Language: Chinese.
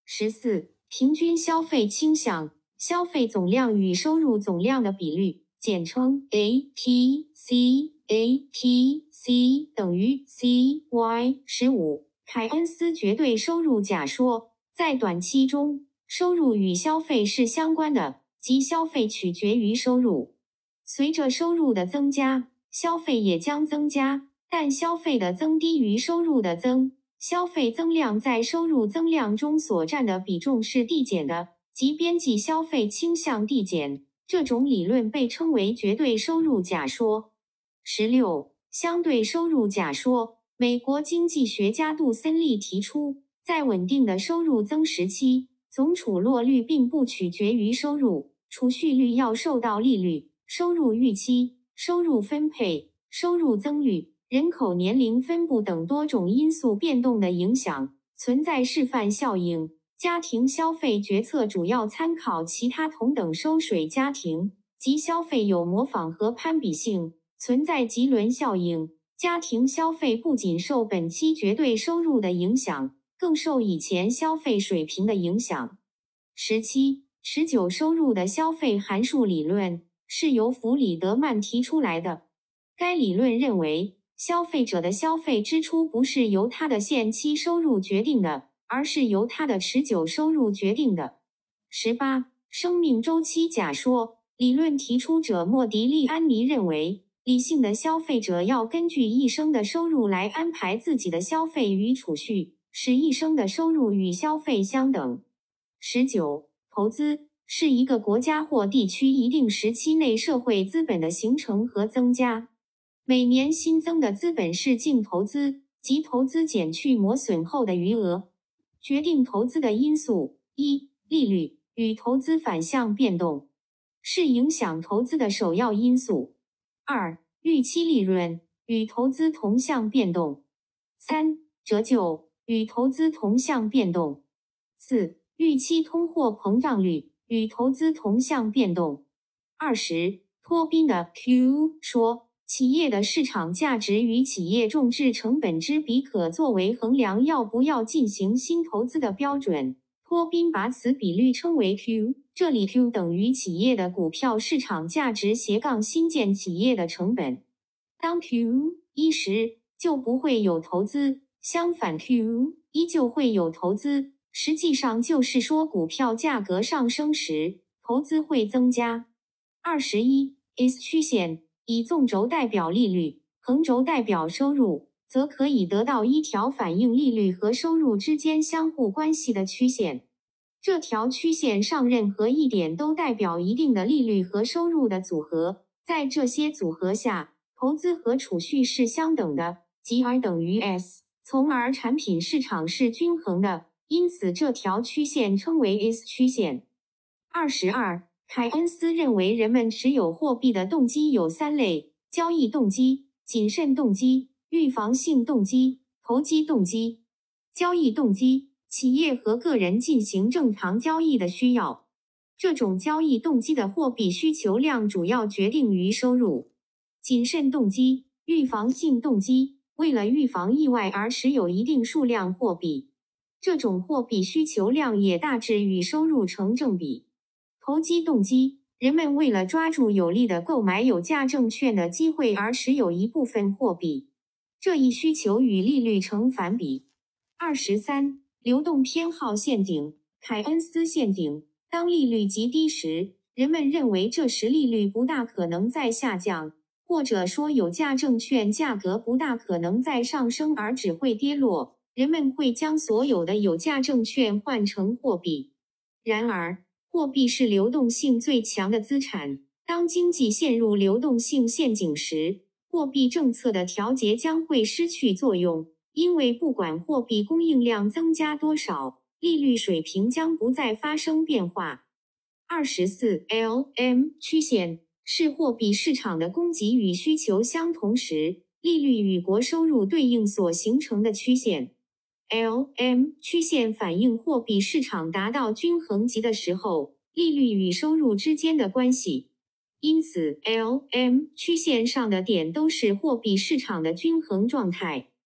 14. 平均消费倾向，消费总量与收入总量的比率，简称 ATC 等于 CY。15. 凯恩斯绝对收入假说，在短期中，收入与消费是相关的，即消费取决于收入。随着收入的增加，消费也将增加，但消费的增低于收入的增。消费增量在收入增量中所占的比重是递减的，即边际消费倾向递减。这种理论被称为绝对收入假说。16. 相对收入假说，美国经济学家杜森利提出，在稳定的收入增时期，总储落率并不取决于收入，储蓄率要受到利率、收入预期、收入分配、收入增率、人口年龄分布等多种因素变动的影响，存在示范效应。家庭消费决策主要参考其他同等收水家庭，即消费有模仿和攀比性，存在棘轮效应。家庭消费不仅受本期绝对收入的影响，更受以前消费水平的影响。17. 持久收入的消费函数理论是由弗里德曼提出来的。该理论认为，消费者的消费支出不是由他的现期收入决定的，而是由他的持久收入决定的。18. 生命周期假说理论提出者莫迪利安尼认为，理性的消费者要根据一生的收入来安排自己的消费与储蓄，使一生的收入与消费相等。19. 投资是一个国家或地区一定时期内社会资本的形成和增加。每年新增的资本是净投资，即投资减去磨损后的余额。决定投资的因素： 1. 利率与投资反向变动，是影响投资的首要因素。2. 预期利润与投资同向变动。3. 折旧与投资同向变动。4. 预期通货膨胀率与投资同向变动。20. 托宾的 Q 说，企业的市场价值与企业重置成本之比可作为衡量要不要进行新投资的标准。托宾把此比率称为 Q， 这里 Q 等于企业的股票市场价值斜杠新建企业的成本。当 Q 1时，就不会有投资，相反 Q 1就会有投资。实际上就是说，股票价格上升时，投资会增加。21. S 曲线以纵轴代表利率，横轴代表收入，则可以得到一条反映利率和收入之间相互关系的曲线。这条曲线上任何一点都代表一定的利率和收入的组合，在这些组合下，投资和储蓄是相等的，即 R 等于 S， 从而产品市场是均衡的。因此这条曲线称为 S 曲线。22. 凯恩斯认为人们持有货币的动机有3类：交易动机、谨慎动机、预防性动机、投机动机。交易动机，企业和个人进行正常交易的需要。这种交易动机的货币需求量主要决定于收入。谨慎动机、预防性动机，为了预防意外而持有一定数量货币。这种货币需求量也大致与收入成正比。投机动机，人们为了抓住有利的购买有价证券的机会而持有一部分货币，这一需求与利率成反比。23. 流动偏好陷阱，凯恩斯陷阱。当利率极低时，人们认为这时利率不大可能再下降，或者说有价证券价格不大可能再上升而只会跌落。人们会将所有的有价证券换成货币。然而，货币是流动性最强的资产。当经济陷入流动性陷阱时，货币政策的调节将会失去作用，因为不管货币供应量增加多少，利率水平将不再发生变化。24. LM 曲线是货币市场的供给与需求相同时，利率与国收入对应所形成的曲线。LM 曲线反映货币市场达到均衡极的时候，利率与收入之间的关系。因此 LM 曲线上的点都是货币市场的均衡状态。